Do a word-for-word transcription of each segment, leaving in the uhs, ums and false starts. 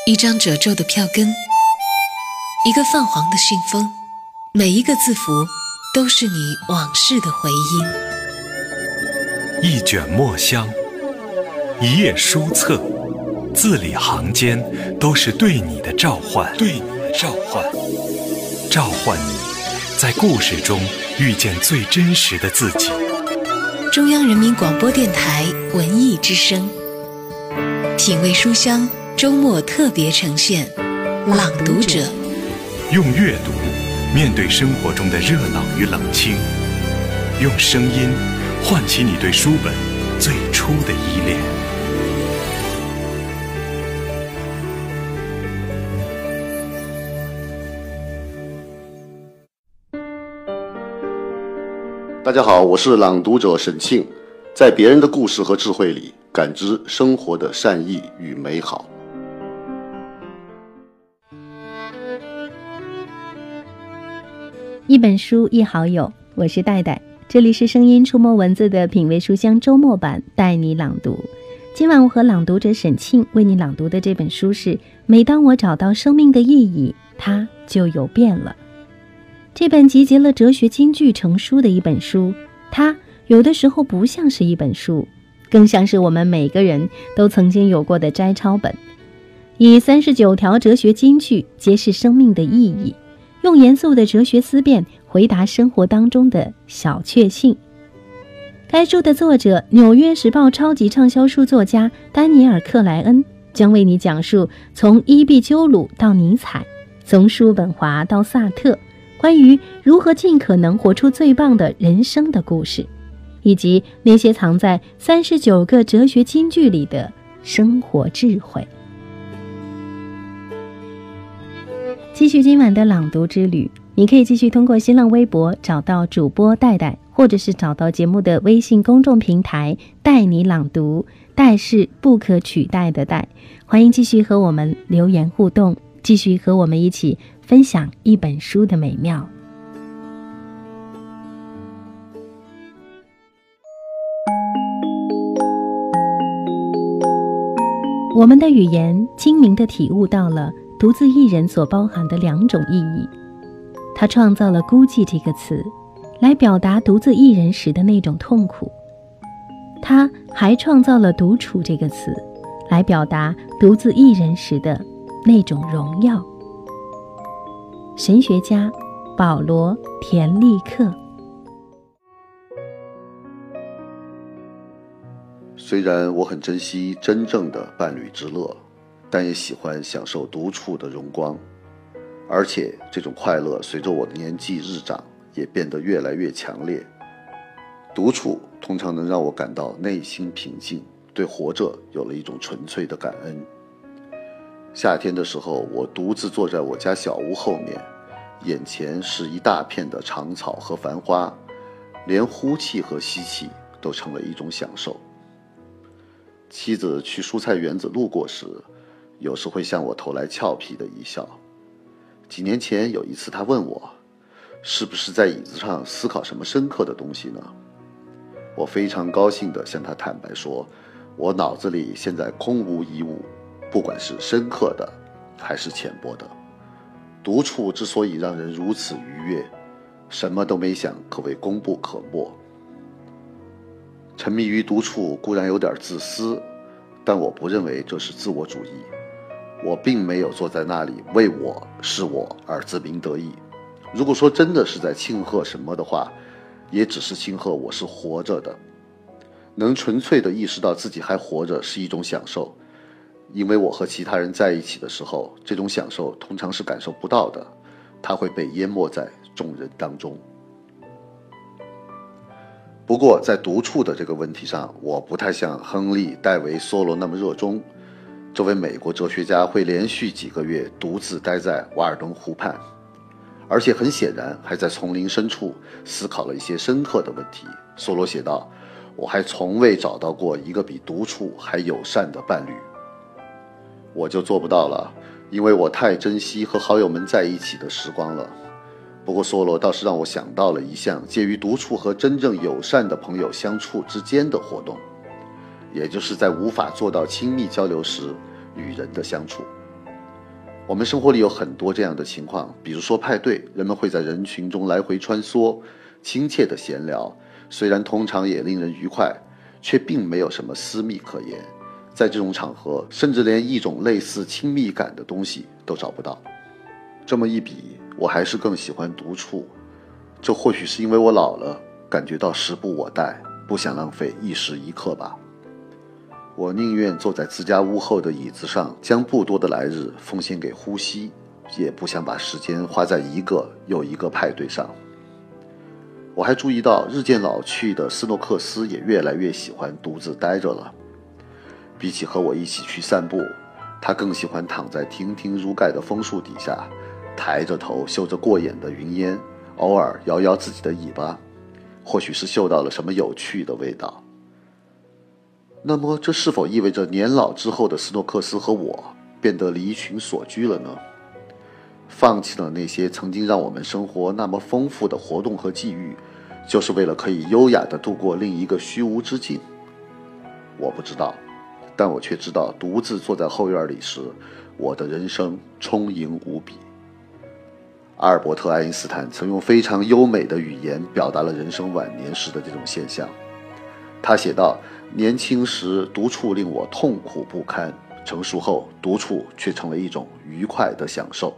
一张褶皱的票根，一个泛黄的信封，每一个字符都是你往事的回音。一卷墨香，一页书册，字里行间都是对你的召唤，对你的召唤，召唤你在故事中遇见最真实的自己。 中央人民广播电台文艺之声，品味书香周末特别呈现《朗读者》， 用阅读面对生活中的热闹与冷清，用声音唤起你对书本最初的依恋。 大家好，我是朗读者沈庆，在别人的故事和智慧里感知生活的善意与美好。 一本书一好友，我是戴戴，这里是声音触摸文字的品味书香周末版，带你朗读。今晚我和朗读者沈庆为你朗读的这本书是《每当我找到生命的意义，它就有变了》。这本集结了哲学金句成书的一本书，它有的时候不像是一本书，更像是我们每个人都曾经有过的摘抄本，以三十九条哲学金句揭示生命的意义，用严肃的哲学思辨回答生活当中的小确幸。该书的作者，纽约时报超级畅销书作家丹尼尔·克莱恩，将为你讲述从伊壁鸠鲁到尼采，从叔本华到萨特，关于如何尽可能活出最棒的人生的故事，以及那些藏在三十九个哲学金句里的生活智慧。继续今晚的朗读之旅，你可以继续通过新浪微博找到主播戴戴，或者是找到节目的微信公众平台带你朗读，戴是不可取代的戴。欢迎继续和我们留言互动，继续和我们一起分享一本书的美妙。我们的语言精明地体悟到了独自一人所包含的两种意义。他创造了孤寂这个词，来表达独自一人时的那种痛苦。他还创造了独处这个词，来表达独自一人时的那种荣耀。神学家保罗·田立克。 虽然我很珍惜真正的伴侣之乐，但也喜欢享受独处的荣光，而且这种快乐随着我的年纪日长也变得越来越强烈。独处通常能让我感到内心平静，对活着有了一种纯粹的感恩。夏天的时候，我独自坐在我家小屋后面，眼前是一大片的长草和繁花，连呼气和吸气都成了一种享受。妻子去蔬菜园子路过时，有时会向我投来俏皮的一笑。几年前有一次，她问我，是不是在椅子上思考什么深刻的东西呢？我非常高兴地向她坦白说，我脑子里现在空无一物，不管是深刻的还是浅薄的。独处之所以让人如此愉悦，什么都没想，可谓功不可没。沉迷于独处固然有点自私，但我不认为这是自我主义。我并没有坐在那里为我是我而自鸣得意。如果说真的是在庆贺什么的话，也只是庆贺我是活着的。能纯粹地意识到自己还活着是一种享受，因为我和其他人在一起的时候，这种享受通常是感受不到的，它会被淹没在众人当中。不过在独处的这个问题上，我不太像亨利·戴维·梭罗那么热衷。这位美国哲学家会连续几个月独自待在瓦尔登湖畔，而且很显然还在丛林深处思考了一些深刻的问题。梭罗写道，我还从未找到过一个比独处还友善的伴侣。我就做不到了，因为我太珍惜和好友们在一起的时光了。不过梭罗倒是让我想到了一项介于独处和真正友善的朋友相处之间的活动，也就是在无法做到亲密交流时与人的相处。 我们生活里有很多这样的情况，比如说派对，人们会在人群中来回穿梭，亲切的闲聊，虽然通常也令人愉快，却并没有什么私密可言。在这种场合，甚至连一种类似亲密感的东西都找不到。这么一比，我还是更喜欢独处。这或许是因为我老了，感觉到时不我待，不想浪费一时一刻吧。我宁愿坐在自家屋后的椅子上，将不多的来日奉献给呼吸，也不想把时间花在一个又一个派对上。我还注意到，日渐老去的斯诺克斯也越来越喜欢独自待着了。比起和我一起去散步，他更喜欢躺在亭亭如盖的枫树底下，抬着头嗅着过眼的云烟，偶尔摇摇自己的尾巴，或许是嗅到了什么有趣的味道。那么这是否意味着年老之后的斯诺克斯和我变得离群索居了呢？放弃了那些曾经让我们生活那么丰富的活动和际遇，就是为了可以优雅地度过另一个虚无之境？我不知道，但我却知道，独自坐在后院里时，我的人生充盈无比。阿尔伯特·爱因斯坦曾用非常优美的语言表达了人生晚年时的这种现象。他写道，年轻时独处令我痛苦不堪，成熟后独处却成了一种愉快的享受。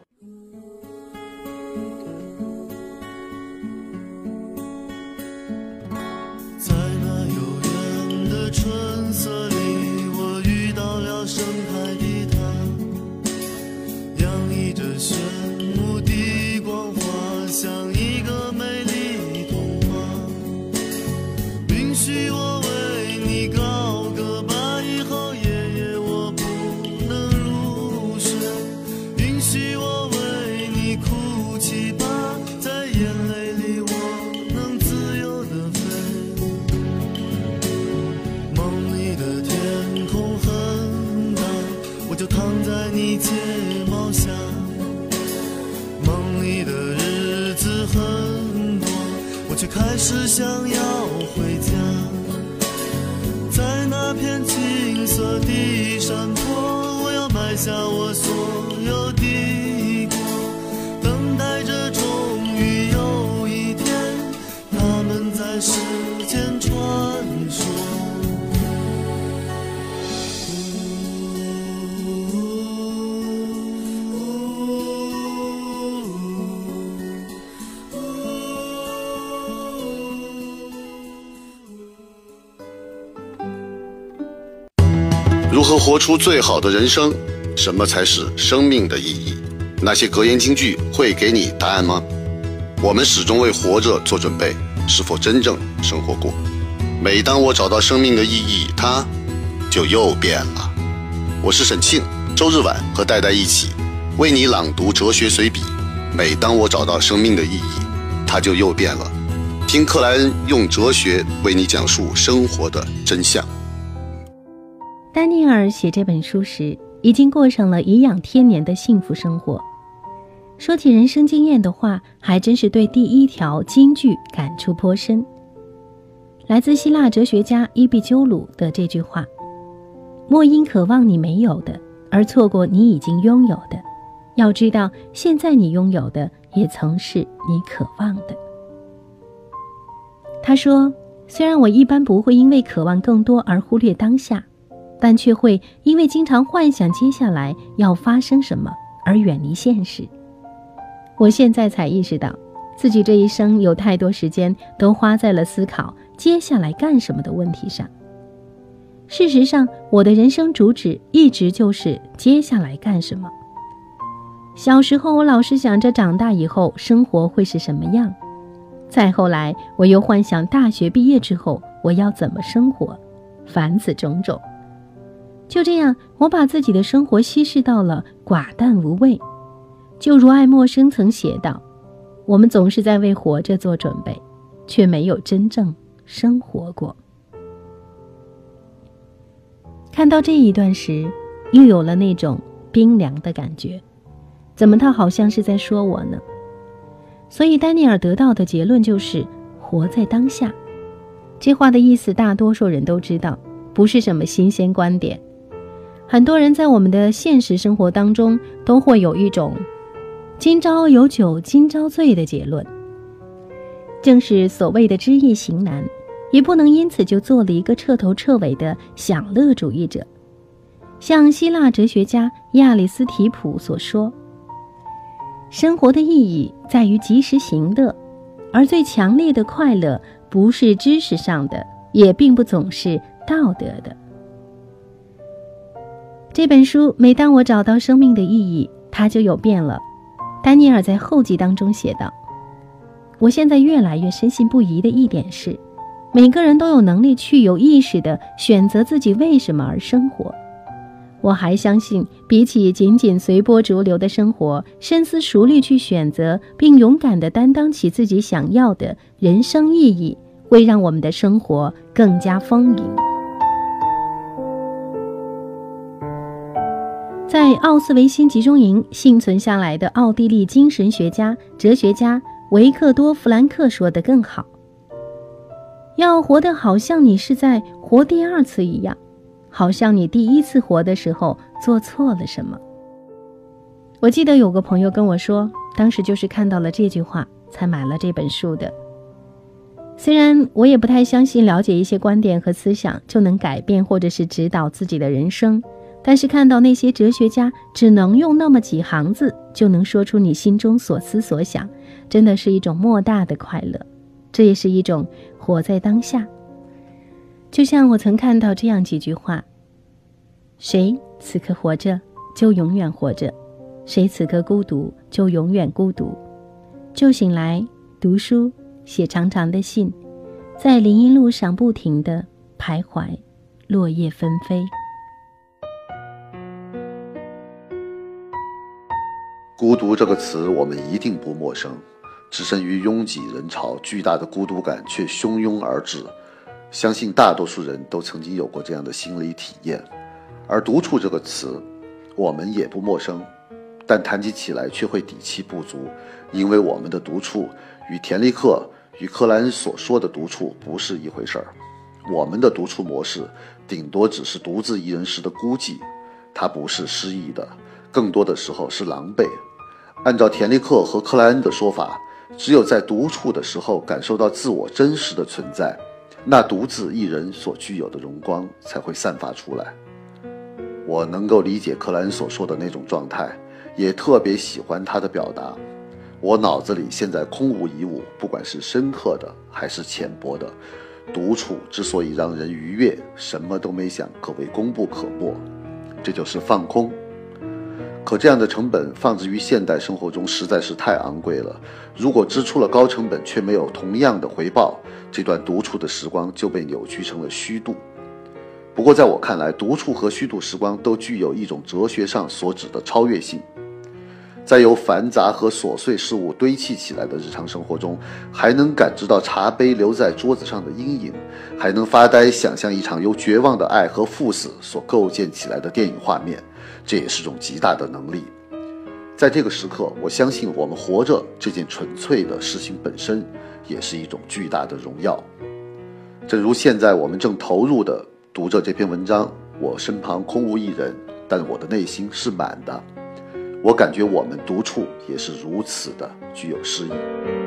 在那悠远的春色里，我遇到了盛开的她，洋溢着炫目的光华，像一个美丽童话。允许我为你高歌吧，以后夜夜我不能入睡。允许我为你哭泣吧，在眼泪里我能自由地飞。梦里的天空很大，我就躺在你睫毛下。梦里的日子很多，我却开始想要回家。在那片青色的山坡，我要埋下我所有的过，等待着终于有一天，他们在世间传说。 如何活出最好的人生？什么才是生命的意义？那些格言金句会给你答案吗？我们始终为活着做准备，是否真正生活过？每当我找到生命的意义，它就又变了。我是沈庆，周日晚和戴戴一起为你朗读哲学随笔。每当我找到生命的意义，它就又变了。听克莱恩用哲学为你讲述生活的真相。 丹尼尔写这本书时，已经过上了颐养天年的幸福生活。说起人生经验的话，还真是对第一条金句感触颇深。来自希腊哲学家伊壁鸠鲁的这句话：莫因渴望你没有的，而错过你已经拥有的。要知道，现在你拥有的，也曾是你渴望的。他说，虽然我一般不会因为渴望更多而忽略当下，但却会因为经常幻想接下来要发生什么而远离现实。我现在才意识到，自己这一生有太多时间都花在了思考接下来干什么的问题上。事实上，我的人生主旨一直就是接下来干什么。小时候，我老是想着长大以后生活会是什么样。再后来，我又幻想大学毕业之后我要怎么生活，凡此种种。就这样，我把自己的生活稀释到了寡淡无味。就如爱默生曾写道，我们总是在为活着做准备，却没有真正生活过。看到这一段时，又有了那种冰凉的感觉，怎么他好像是在说我呢？所以丹尼尔得到的结论就是活在当下。这话的意思大多数人都知道，不是什么新鲜观点。 很多人在我们的现实生活当中都会有一种今朝有酒今朝醉的结论，正是所谓的知易行难，也不能因此就做了一个彻头彻尾的享乐主义者。像希腊哲学家亚里斯提普所说，生活的意义在于及时行乐，而最强烈的快乐不是知识上的，也并不总是道德的。这本书每当我找到生命的意义，它就有变了。丹尼尔在后记当中写道，我现在越来越深信不疑的一点是，每个人都有能力去有意识地选择自己为什么而生活。我还相信，比起仅仅随波逐流的生活，深思熟虑去选择并勇敢地担当起自己想要的人生意义，会让我们的生活更加丰盈。在奥斯维辛集中营幸存下来的奥地利精神学家、哲学家维克多·弗兰克说得更好，要活得好像你是在活第二次一样，好像你第一次活的时候做错了什么。我记得有个朋友跟我说，当时就是看到了这句话才买了这本书的。虽然我也不太相信了解一些观点和思想就能改变或者是指导自己的人生，但是看到那些哲学家只能用那么几行字就能说出你心中所思所想，真的是一种莫大的快乐，这也是一种活在当下。就像我曾看到这样几句话，谁此刻活着就永远活着，谁此刻孤独就永远孤独，就醒来读书，写长长的信，在林荫路上不停地徘徊，落叶纷飞。 孤独这个词我们一定不陌生，置身于拥挤人潮，巨大的孤独感却汹涌而至。相信大多数人都曾经有过这样的心理体验。而独处这个词我们也不陌生，但谈起起来却会底气不足，因为我们的独处与田立克与克莱恩所说的独处不是一回事儿。我们的独处模式顶多只是独自一人时的孤寂，它不是失意的，更多的时候是狼狈。按照田立克和克莱恩的说法，只有在独处的时候感受到自我真实的存在，那独自一人所具有的荣光才会散发出来。我能够理解克莱恩所说的那种状态，也特别喜欢他的表达。我脑子里现在空无一物，不管是深刻的还是浅薄的。独处之所以让人愉悦，什么都没想，可谓功不可没，这就是放空。可这样的成本放置于现代生活中实在是太昂贵了，如果支出了高成本却没有同样的回报，这段独处的时光就被扭曲成了虚度。不过在我看来，独处和虚度时光都具有一种哲学上所指的超越性。在由繁杂和琐碎事物堆砌起来的日常生活中，还能感知到茶杯留在桌子上的阴影，还能发呆想象一场由绝望的爱和赴死所构建起来的电影画面，这也是种极大的能力。在这个时刻，我相信我们活着这件纯粹的事情本身也是一种巨大的荣耀。正如现在我们正投入地读着这篇文章，我身旁空无一人，但我的内心是满的。我感觉我们独处也是如此的具有诗意。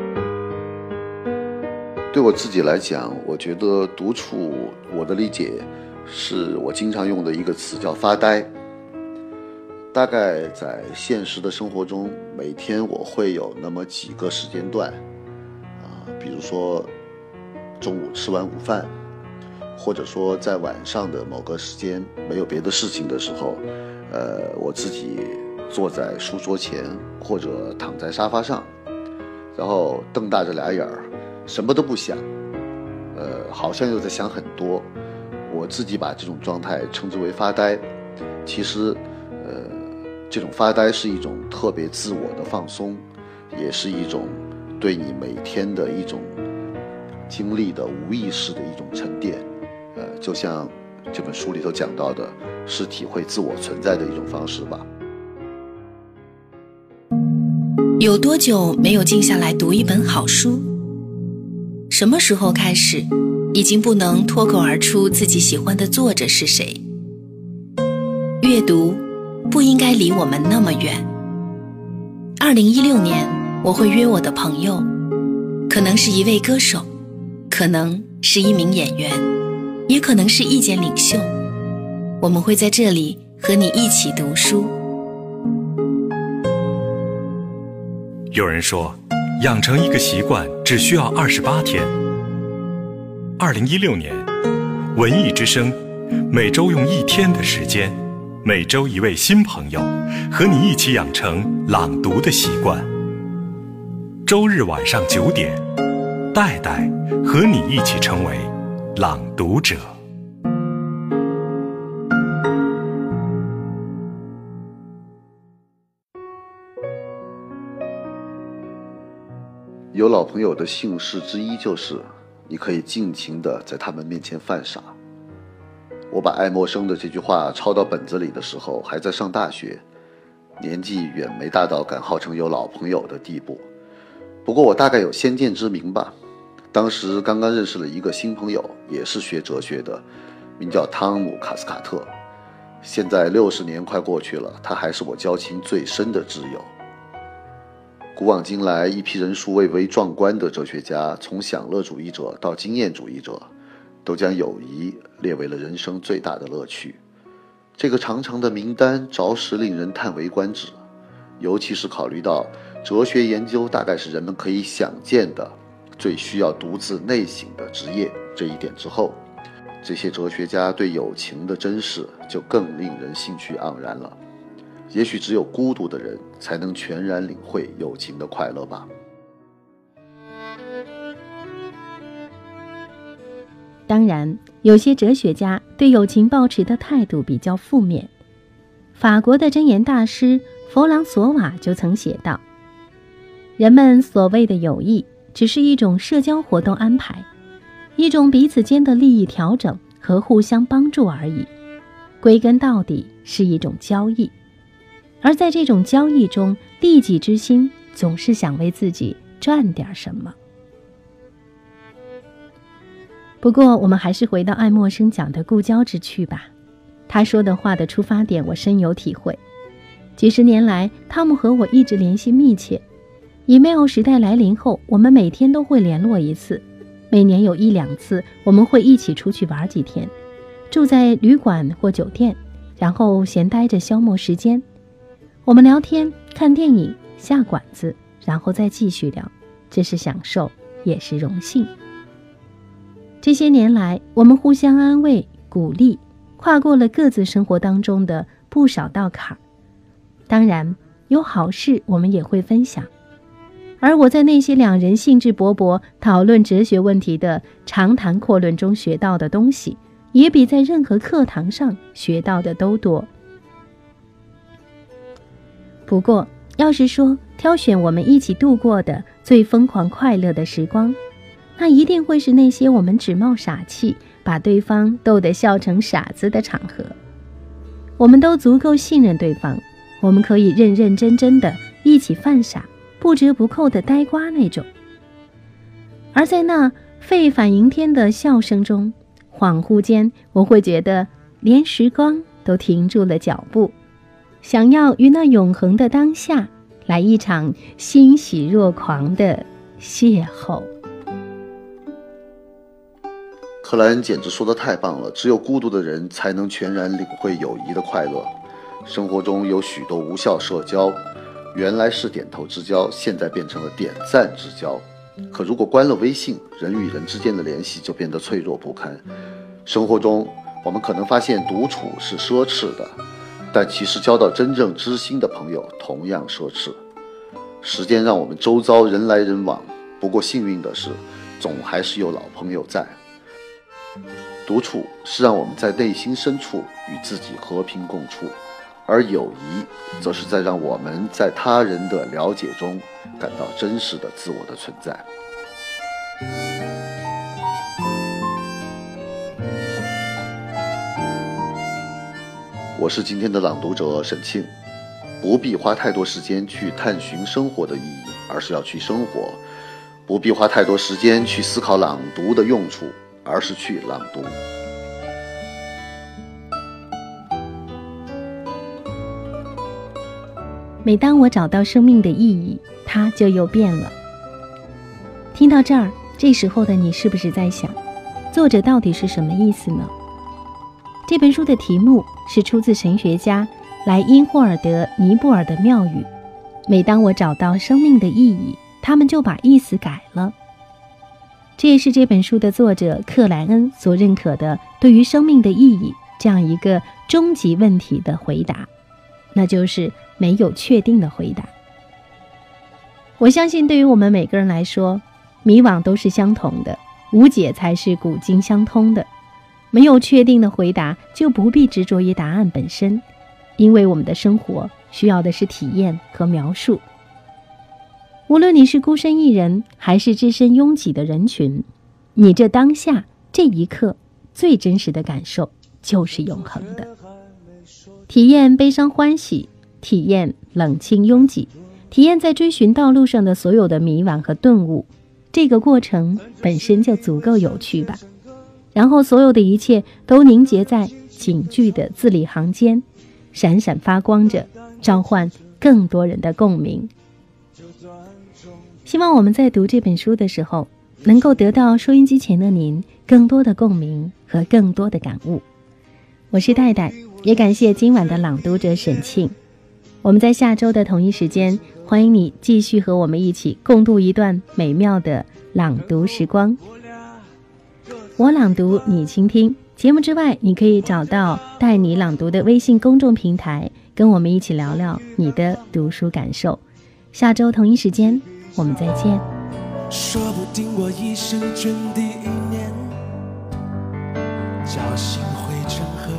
对我自己来讲，我觉得独处，我的理解是我经常用的一个词叫发呆。大概在现实的生活中，每天我会有那么几个时间段啊，比如说中午吃完午饭，或者说在晚上的某个时间没有别的事情的时候，呃，我自己坐在书桌前或者躺在沙发上，然后瞪大着俩眼儿，什么都不想，呃，好像又在想很多。我自己把这种状态称之为发呆。其实，呃，这种发呆是一种特别自我的放松，也是一种对你每天的一种经历的无意识的一种沉淀。呃，就像这本书里头讲到的，是体会自我存在的一种方式吧。 有多久没有静下来读一本好书？什么时候开始，已经不能脱口而出自己喜欢的作者是谁？阅阅读不应该离我们那么远。二零一六年，我会约我的朋友，可能是一位歌手，可能是一名演员，也可能是意见领袖。我们会在这里和你一起读书。 有人说，养成一个习惯只需要二十八天。二零一六年，文艺之声每周用一天的时间，每周一位新朋友，和你一起养成朗读的习惯。周日晚上九点，戴戴和你一起成为朗读者。 有老朋友的幸事之一就是你可以尽情地在他们面前犯傻。我把爱默生的这句话抄到本子里的时候还在上大学，年纪远没大到敢号称有老朋友的地步，不过我大概有先见之明吧。当时刚刚认识了一个新朋友，也是学哲学的，名叫汤姆·卡斯卡特。现在六十年快过去了，他还是我交情最深的挚友。古往今来，一批人数蔚为壮观的哲学家，从享乐主义者到经验主义者，都将友谊列为了人生最大的乐趣。这个长长的名单着实令人叹为观止，尤其是考虑到哲学研究大概是人们可以想见的最需要独自内省的职业这一点之后，这些哲学家对友情的珍视就更令人兴趣盎然了。也许只有孤独的人才能全然领会友情的快乐吧。 当然，有些哲学家对友情抱持的态度比较负面。法国的箴言大师弗朗索瓦就曾写道，人们所谓的友谊只是一种社交活动安排，一种彼此间的利益调整和互相帮助而已，归根到底是一种交易。而在这种交易中，利己之心总是想为自己赚点什么。不过我们还是回到爱默生讲的故交之趣吧。他说的话的出发点我深有体会。几十年来，汤姆和我一直联系密切。email 时代来临后，我们每天都会联络一次，每年有一两次我们会一起出去玩几天，住在旅馆或酒店，然后闲待着消磨时间。我们聊天、看电影、下馆子，然后再继续聊，这是享受，也是荣幸。这些年来，我们互相安慰、鼓励，跨过了各自生活当中的不少道坎儿。当然，有好事我们也会分享。而我在那些两人兴致勃勃讨论哲学问题的长谈阔论中学到的东西，也比在任何课堂上学到的都多。不过，要是说挑选我们一起度过的最疯狂快乐的时光，那一定会是那些我们只冒傻气，把对方逗得笑成傻子的场合。我们都足够信任对方，我们可以认认真真的一起犯傻，不折不扣的呆瓜那种。而在那沸反盈天的笑声中，恍惚间我会觉得连时光都停住了脚步，想要与那永恒的当下来一场欣喜若狂的邂逅。 克莱恩简直说得太棒了，只有孤独的人才能全然领会友谊的快乐。生活中有许多无效社交，原来是点头之交，现在变成了点赞之交。可如果关了微信，人与人之间的联系就变得脆弱不堪。生活中我们可能发现独处是奢侈的，但其实交到真正知心的朋友同样奢侈。时间让我们周遭人来人往，不过幸运的是，总还是有老朋友在。独处是让我们在内心深处与自己和平共处，而友谊则是在让我们在他人的了解中感到真实的自我的存在。我是今天的朗读者沈庆，不必花太多时间去探寻生活的意义，而是要去生活；不必花太多时间去思考朗读的用处，而是去朗读。 每当我找到生命的意义，它就又变了。听到这儿，这时候的你是不是在想，作者到底是什么意思呢？这本书的题目是出自神学家莱因霍尔德·尼布尔的妙语，每当我找到生命的意义，他们就把意思改了。这也是这本书的作者克莱恩所认可的对于生命的意义这样一个终极问题的回答，那就是没有确定的回答。我相信对于我们每个人来说，迷惘都是相同的，无解才是古今相通的。没有确定的回答，就不必执着于答案本身，因为我们的生活需要的是体验和描述。无论你是孤身一人，还是置身拥挤的人群，你这当下这一刻最真实的感受就是永恒的。体验悲伤欢喜，体验冷清拥挤，体验在追寻道路上的所有的迷惘和顿悟，这个过程本身就足够有趣吧。然后所有的一切都凝结在警句的字里行间，闪闪发光着，召唤更多人的共鸣。希望我们在读这本书的时候，能够得到收音机前的您更多的共鸣和更多的感悟。我是戴戴，也感谢今晚的朗读者沈庆。我们在下周的同一时间，欢迎你继续和我们一起共度一段美妙的朗读时光。我朗读，你倾听。节目之外，你可以找到带你朗读的微信公众平台，跟我们一起聊聊你的读书感受。下周同一时间，我们再见。 说不定我一生中第一年，侥幸汇成河，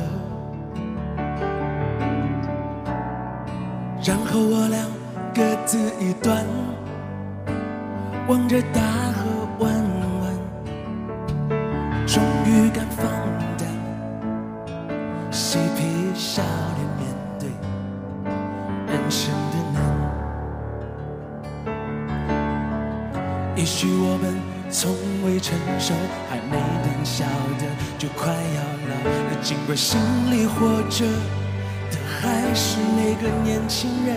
然后我俩各自一端，望着大河弯弯，终于敢放胆，嬉皮笑脸面对人生的难。也许我们从未成熟，还没等晓得就快要老了，尽管心里活着的还是那个年轻人，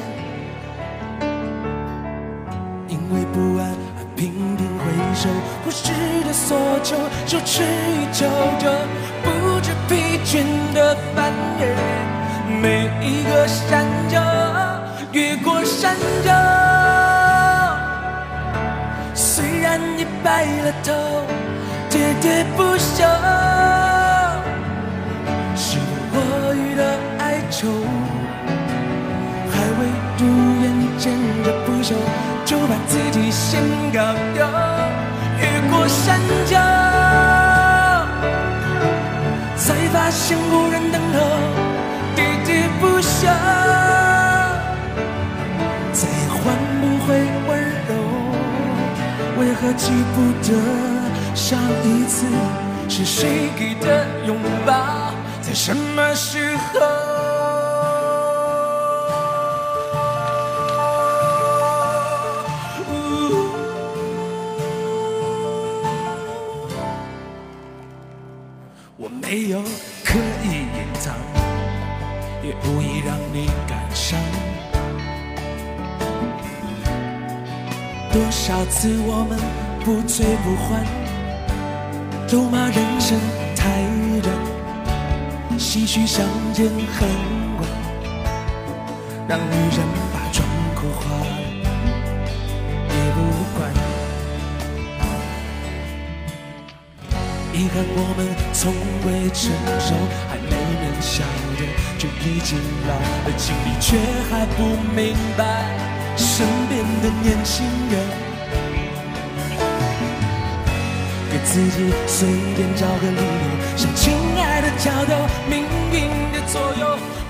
因为不安而频频回首，忽视的所求，手持一周周不知疲倦的翻越每一个山丘，越过山丘。虽然已白了头，喋喋不休，是我予的哀愁，还未如愿见着不朽，就把自己先搞丢。越过山丘，才发现无人等候，喋喋不休，再也换不回温柔。为何记不得上一次是谁给的拥抱，在什么时候？我没有刻意隐藏，也无意让你感伤。多少次我们不醉不欢，咒骂人生太短，唏嘘相见恨晚，让女人把妆哭花也不管。遗憾我们从未成熟，还没能晓得就已经老了，经历却还不明白身边的年轻人，给自己随便找个理由，向亲爱的挑逗命运的左右。